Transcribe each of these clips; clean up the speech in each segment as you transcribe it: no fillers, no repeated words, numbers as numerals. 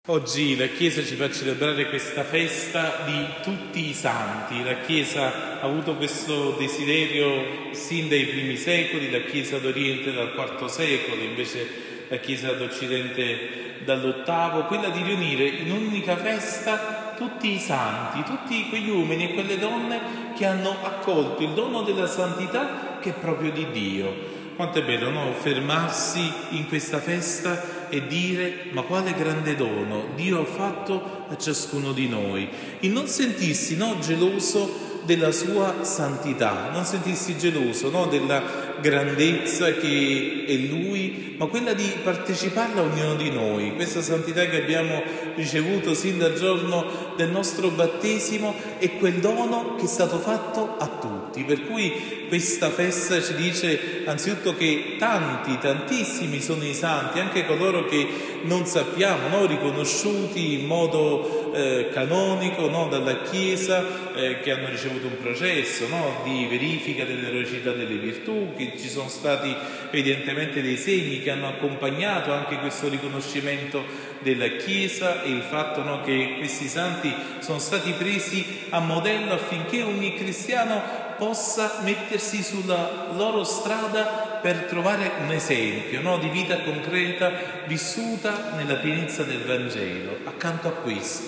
Oggi la Chiesa ci fa celebrare questa festa di tutti i santi. La Chiesa ha avuto questo desiderio sin dai primi secoli, la Chiesa d'Oriente dal IV secolo, invece la Chiesa d'Occidente dall'VIII, quella di riunire in un'unica festa tutti i santi, tutti quegli uomini e quelle donne che hanno accolto il dono della santità che è proprio di Dio. Quanto è bello, no? Fermarsi in questa festa e dire: ma quale grande dono Dio ha fatto a ciascuno di noi. Il non sentirsi, no, geloso della sua santità, non sentirsi geloso, no, della grandezza che è Lui, ma quella di parteciparla a ognuno di noi. Questa santità che abbiamo ricevuto sin dal giorno del nostro battesimo è quel dono che è stato fatto a tutti. Per cui questa festa ci dice anzitutto che tantissimi sono i santi, anche coloro che non sappiamo, no, riconosciuti in modo canonico, no, dalla Chiesa, che hanno ricevuto un processo, no, di verifica dell'eroicità delle virtù, che ci sono stati evidentemente dei segni che hanno accompagnato anche questo riconoscimento della Chiesa, e il fatto, no, che questi santi sono stati presi a modello affinché ogni cristiano possa mettersi sulla loro strada per trovare un esempio, no, di vita concreta vissuta nella pienezza del Vangelo. Accanto a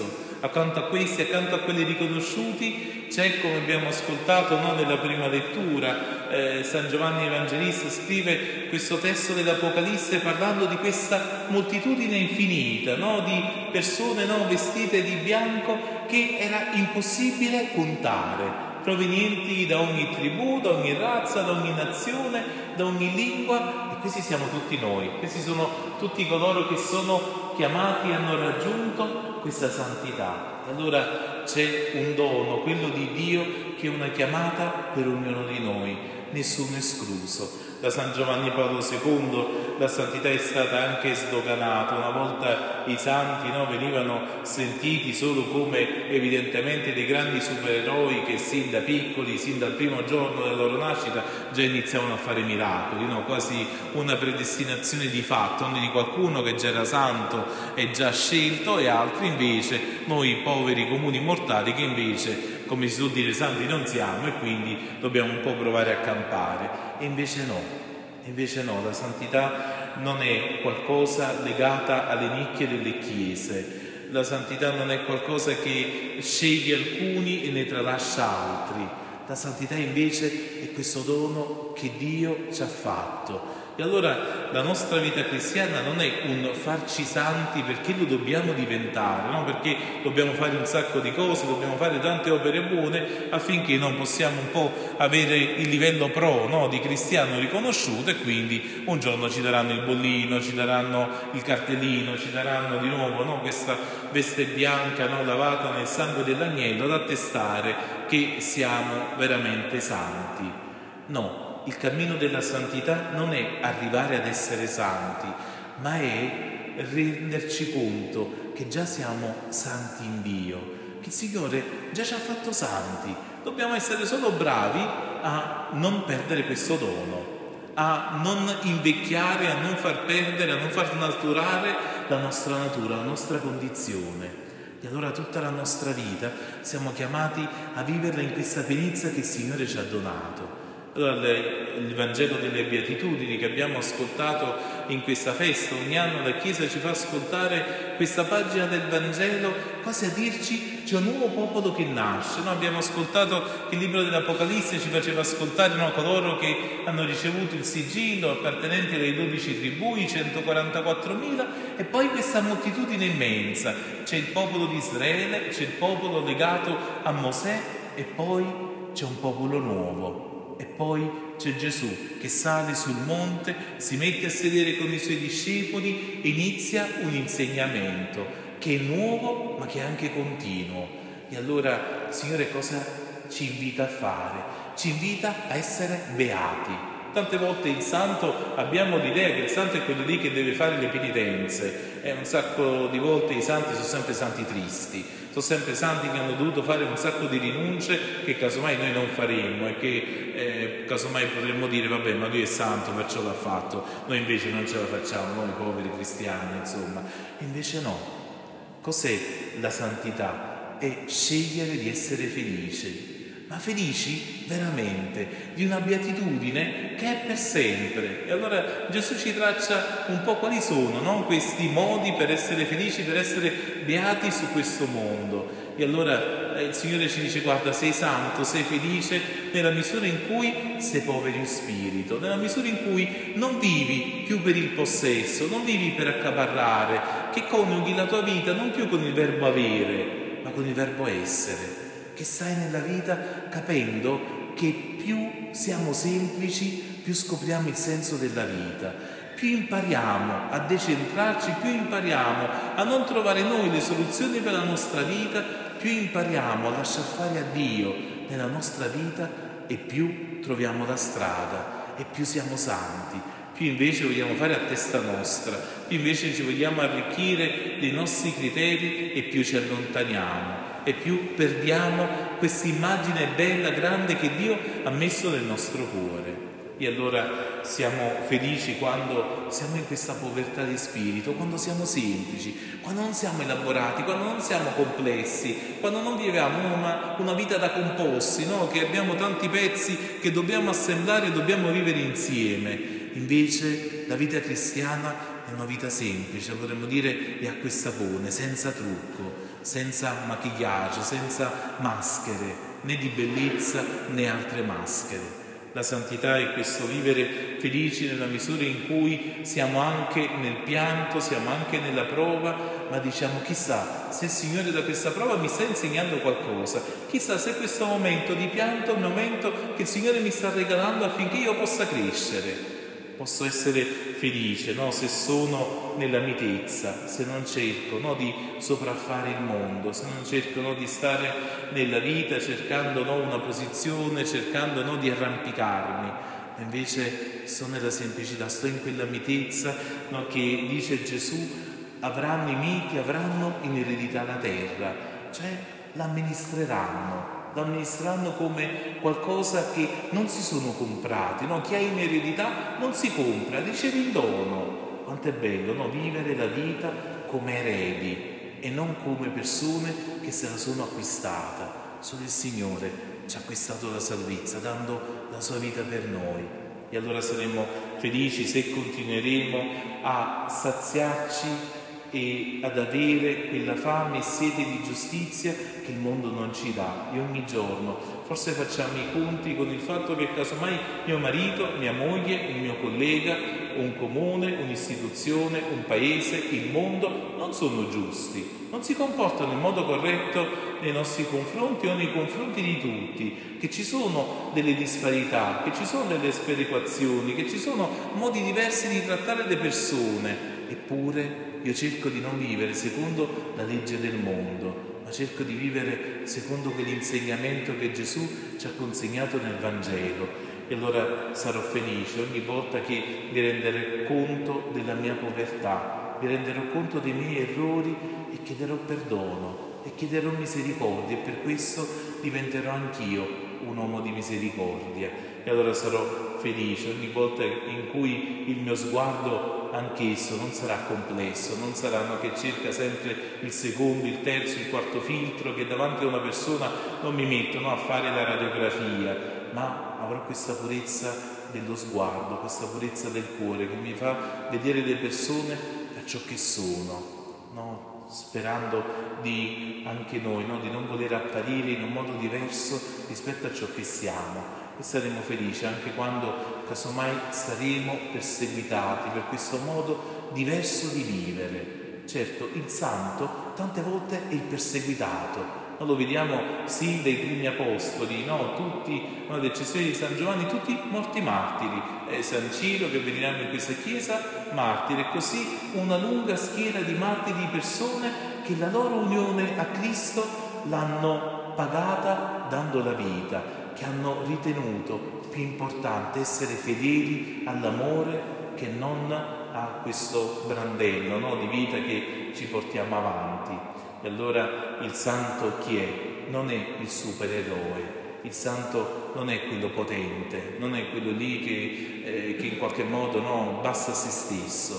questi, accanto a quelli riconosciuti, c'è, come abbiamo ascoltato, no, nella prima lettura, San Giovanni Evangelista scrive questo testo dell'Apocalisse parlando di questa moltitudine infinita, no, di persone, no, vestite di bianco, che era impossibile contare, provenienti da ogni tribù, da ogni razza, da ogni nazione, da ogni lingua, e questi siamo tutti noi, questi sono tutti coloro che sono chiamati e hanno raggiunto questa santità. Allora c'è un dono, quello di Dio, che è una chiamata per ognuno di noi, nessuno escluso. Da San Giovanni Paolo II la santità è stata anche sdoganata. Una volta i santi, no, venivano sentiti solo come evidentemente dei grandi supereroi che sin da piccoli, sin dal primo giorno della loro nascita già iniziavano a fare miracoli, no? Quasi una predestinazione di fatto, di qualcuno che già era santo e già scelto, e altri invece, noi poveri comuni mortali, che invece, come si suol dire, santi non siamo, e quindi dobbiamo un po' provare a campare. E invece no, la santità non è qualcosa legata alle nicchie delle chiese, la santità non è qualcosa che sceglie alcuni e ne tralascia altri. La santità invece è questo dono che Dio ci ha fatto. E allora la nostra vita cristiana non è un farci santi perché lo dobbiamo diventare, no? Perché dobbiamo fare un sacco di cose, dobbiamo fare tante opere buone affinché non possiamo un po' avere il livello pro, no, di cristiano riconosciuto, e quindi un giorno ci daranno il bollino, ci daranno il cartellino, ci daranno di nuovo, no, questa veste bianca, no, lavata nel sangue dell'agnello, ad attestare che siamo veramente santi. No. Il cammino della santità non è arrivare ad essere santi, ma è renderci conto che già siamo santi in Dio, che il Signore già ci ha fatto santi. Dobbiamo essere solo bravi a non perdere questo dono, a non invecchiare, a non far perdere, a non far snaturare la nostra natura, la nostra condizione. E allora tutta la nostra vita siamo chiamati a viverla in questa pienezza che il Signore ci ha donato. Allora il Vangelo delle Beatitudini che abbiamo ascoltato in questa festa, ogni anno la Chiesa ci fa ascoltare questa pagina del Vangelo quasi a dirci: c'è un nuovo popolo che nasce, no? Abbiamo ascoltato che il libro dell'Apocalisse ci faceva ascoltare, no, coloro che hanno ricevuto il sigillo, appartenenti alle 12 tribù, i 144.000, e poi questa moltitudine immensa. C'è il popolo di Israele, c'è il popolo legato a Mosè, e poi c'è un popolo nuovo. E poi c'è Gesù che sale sul monte, si mette a sedere con i suoi discepoli e inizia un insegnamento che è nuovo ma che è anche continuo. E allora il Signore cosa ci invita a fare? Ci invita a essere beati. Tante volte il santo, abbiamo l'idea che il santo è quello lì che deve fare le penitenze, e un sacco di volte i santi sono sempre santi tristi, sono sempre santi che hanno dovuto fare un sacco di rinunce che casomai noi non faremmo, e che casomai potremmo dire: vabbè, ma lui è santo perciò l'ha fatto, noi invece non ce la facciamo, noi poveri cristiani, insomma. E invece no, Cos'è la santità? È scegliere di essere felice, ma felici veramente, di una beatitudine che è per sempre. E allora Gesù ci traccia un po' quali sono, no? Questi modi per essere felici, per essere beati su questo mondo. E allora il Signore ci dice: guarda, sei santo, sei felice nella misura in cui sei povero in spirito, nella misura in cui non vivi più per il possesso, non vivi per accaparrare, che coniughi la tua vita non più con il verbo avere, ma con il verbo essere, che stai nella vita capendo che più siamo semplici, più scopriamo il senso della vita, più impariamo a decentrarci, più impariamo a non trovare noi le soluzioni per la nostra vita, più impariamo a lasciar fare a Dio nella nostra vita e più troviamo la strada e più siamo santi, più invece vogliamo fare a testa nostra, più invece ci vogliamo arricchire dei nostri criteri e più ci allontaniamo e più perdiamo questa immagine bella, grande che Dio ha messo nel nostro cuore. E allora siamo felici quando siamo in questa povertà di spirito, quando siamo semplici, quando non siamo elaborati, quando non siamo complessi, quando non viviamo una vita da composti, no? Che abbiamo tanti pezzi che dobbiamo assemblare e dobbiamo vivere insieme. Invece la vita cristiana è una vita semplice, potremmo dire è acqua e sapone, senza trucco, senza maquillage, senza maschere, né di bellezza né altre maschere. La santità è questo vivere felici nella misura in cui siamo anche nel pianto, siamo anche nella prova, ma diciamo: chissà se il Signore da questa prova mi sta insegnando qualcosa, chissà se questo momento di pianto è un momento che il Signore mi sta regalando affinché io possa crescere. Posso essere felice, no? Se sono nella mitezza, se non cerco, no, di sopraffare il mondo, se non cerco, no, di stare nella vita cercando, no, una posizione, cercando, no, di arrampicarmi. Invece sto nella semplicità, sto in quella mitezza, no, che dice Gesù: avranno i miti, avranno in eredità la terra, cioè l'amministreranno come qualcosa che non si sono comprati, no? Chi ha in eredità non si compra, riceve in dono. Quanto è bello, no? Vivere la vita come eredi e non come persone che se la sono acquistata. Solo il Signore ci ha acquistato la salvezza dando la sua vita per noi. E allora saremo felici se continueremo a saziarci e ad avere quella fame e sete di giustizia che il mondo non ci dà. E ogni giorno forse facciamo i conti con il fatto che casomai mio marito, mia moglie, il mio collega, un comune, un'istituzione, un paese, il mondo non sono giusti, non si comportano in modo corretto nei nostri confronti o nei confronti di tutti, che ci sono delle disparità, che ci sono delle sperequazioni, che ci sono modi diversi di trattare le persone. Eppure io cerco di non vivere secondo la legge del mondo, ma cerco di vivere secondo quell'insegnamento che Gesù ci ha consegnato nel Vangelo. E allora sarò felice ogni volta che mi renderò conto della mia povertà, mi renderò conto dei miei errori e chiederò perdono e chiederò misericordia, e per questo diventerò anch'io un uomo di misericordia. E allora sarò felice ogni volta in cui il mio sguardo anch'esso non sarà complesso, non saranno che cerca sempre il secondo, il terzo, il quarto filtro, che davanti a una persona non mi mettono a fare la radiografia, ma avrò questa purezza dello sguardo, questa purezza del cuore che mi fa vedere le persone per ciò che sono, no? Sperando di anche noi, no? Di non voler apparire in un modo diverso rispetto a ciò che siamo. E saremo felici anche quando casomai saremo perseguitati per questo modo diverso di vivere. Certo, il santo tante volte è il perseguitato. Noi lo vediamo sì dai primi apostoli, no? Tutti, no, ad eccezione di San Giovanni, tutti morti martiri. San Ciro che veniamo in questa chiesa, martire, e così una lunga schiera di martiri, di persone che la loro unione a Cristo l'hanno pagata dando la vita, che hanno ritenuto più importante essere fedeli all'amore che non a questo brandello, no, di vita che ci portiamo avanti. E allora il santo chi è? Non è il supereroe, il santo non è quello potente, non è quello lì che in qualche modo, no, basta a se stesso.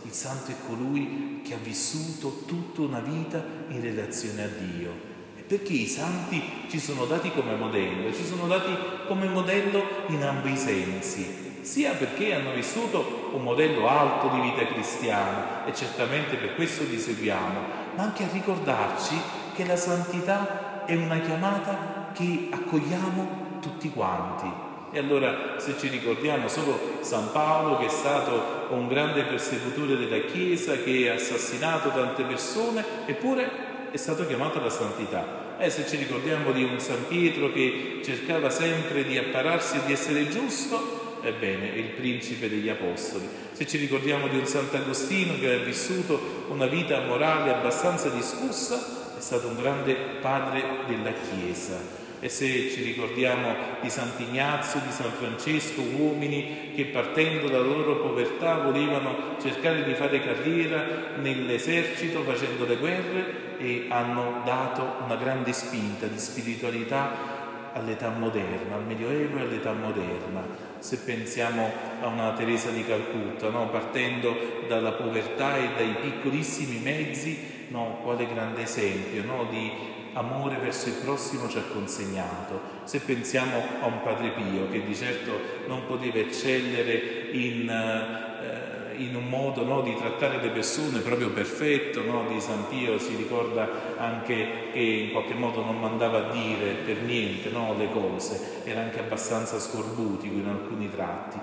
Il santo è colui che ha vissuto tutta una vita in relazione a Dio. E perché i santi ci sono dati come modello? Ci sono dati come modello in ambi i sensi, sia perché hanno vissuto un modello alto di vita cristiana e certamente per questo li seguiamo, ma anche a ricordarci che la santità è una chiamata che accogliamo tutti quanti. E allora, se ci ricordiamo solo San Paolo, che è stato un grande persecutore della Chiesa, che ha assassinato tante persone, eppure è stato chiamato alla santità. Se ci ricordiamo di un San Pietro che cercava sempre di appararsi e di essere giusto, ebbene, è il principe degli apostoli. Se ci ricordiamo di un Sant'Agostino che ha vissuto una vita morale abbastanza discussa, è stato un grande padre della Chiesa. E se ci ricordiamo di Sant'Ignazio, di San Francesco, uomini che partendo dalla loro povertà volevano cercare di fare carriera nell'esercito facendo le guerre e hanno dato una grande spinta di spiritualità all'età moderna, al Medioevo e all'età moderna. Se pensiamo a una Teresa di Calcutta, no? Partendo dalla povertà e dai piccolissimi mezzi, no? Quale grande esempio, no? Di amore verso il prossimo ci ha consegnato. Se pensiamo a un Padre Pio che di certo non poteva eccellere in un modo, no, di trattare le persone proprio perfetto, no? Di San Pio si ricorda anche che in qualche modo non mandava a dire per niente, no, le cose, era anche abbastanza scorbutico in alcuni tratti,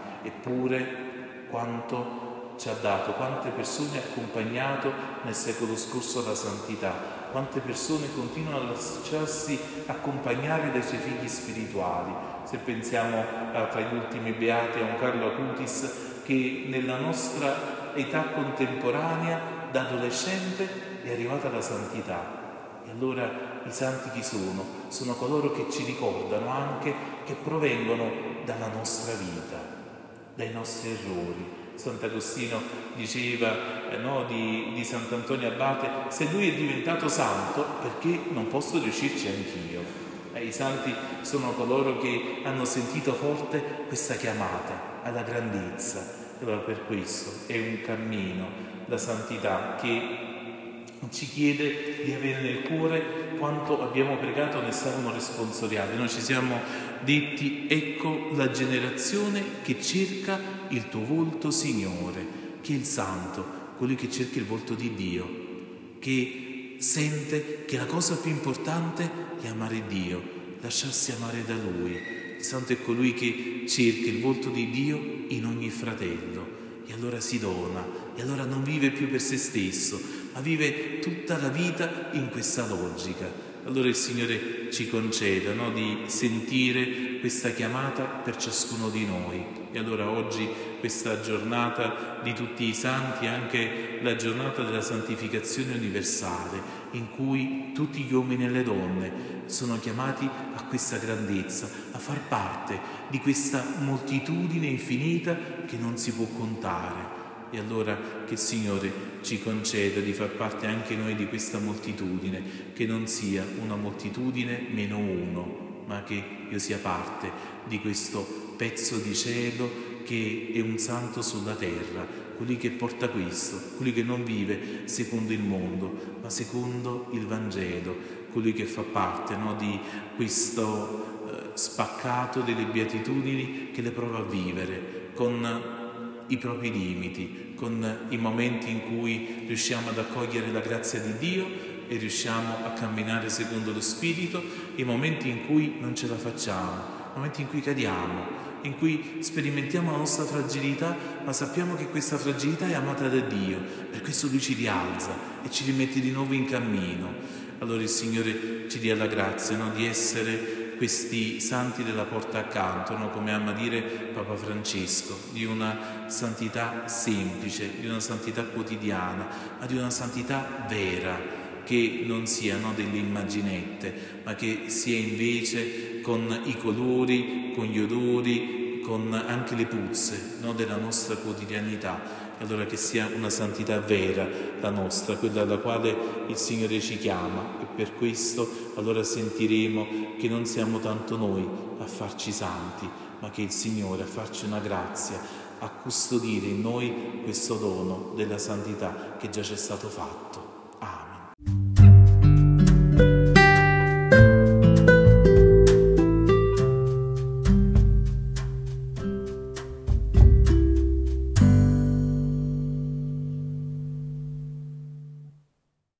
eppure quanto ci ha dato, quante persone ha accompagnato nel secolo scorso alla santità, quante persone continuano a lasciarsi accompagnare dai suoi figli spirituali. Se pensiamo tra gli ultimi beati a un Carlo Acutis che nella nostra età contemporanea da adolescente è arrivata alla santità. E allora i santi chi sono? Sono coloro che ci ricordano anche che provengono dalla nostra vita, dai nostri errori. Sant'Agostino diceva di Sant'Antonio Abate: se lui è diventato santo, perché non posso riuscirci anch'io? I santi sono coloro che hanno sentito forte questa chiamata alla grandezza. Allora per questo è un cammino, la santità, che ci chiede di avere nel cuore quanto abbiamo pregato nel Salmo responsoriale. Noi ci siamo detti: ecco la generazione che cerca il tuo volto, Signore, che è il santo, colui che cerca il volto di Dio, che sente che la cosa più importante è amare Dio, lasciarsi amare da Lui. Il santo è colui che cerca il volto di Dio in ogni fratello e allora si dona, e allora non vive più per se stesso, ma vive tutta la vita in questa logica. Allora il Signore ci conceda, no, di sentire questa chiamata per ciascuno di noi. E allora oggi, questa giornata di tutti i santi, è anche la giornata della santificazione universale, in cui tutti gli uomini e le donne sono chiamati a questa grandezza, a far parte di questa moltitudine infinita che non si può contare. E allora che il Signore ci conceda di far parte anche noi di questa moltitudine, che non sia una moltitudine meno uno, ma che io sia parte di questo pezzo di cielo che è un santo sulla terra, colui che porta questo, colui che non vive secondo il mondo, ma secondo il Vangelo, colui che fa parte, no, di questo spaccato delle beatitudini che le prova a vivere con i propri limiti, con i momenti in cui riusciamo ad accogliere la grazia di Dio e riusciamo a camminare secondo lo Spirito, e i momenti in cui non ce la facciamo, i momenti in cui cadiamo, in cui sperimentiamo la nostra fragilità, ma sappiamo che questa fragilità è amata da Dio, per questo Lui ci rialza e ci rimette di nuovo in cammino. Allora il Signore ci dia la grazia, no, di essere questi santi della porta accanto, no? Come ama dire Papa Francesco, di una santità semplice, di una santità quotidiana, ma di una santità vera, che non siano delle immaginette, ma che sia invece con i colori, con gli odori, con anche le puzze, no, della nostra quotidianità. E allora che sia una santità vera la nostra, quella alla quale il Signore ci chiama, e per questo allora sentiremo che non siamo tanto noi a farci santi, ma che il Signore a farci una grazia, a custodire in noi questo dono della santità che già ci è stato fatto.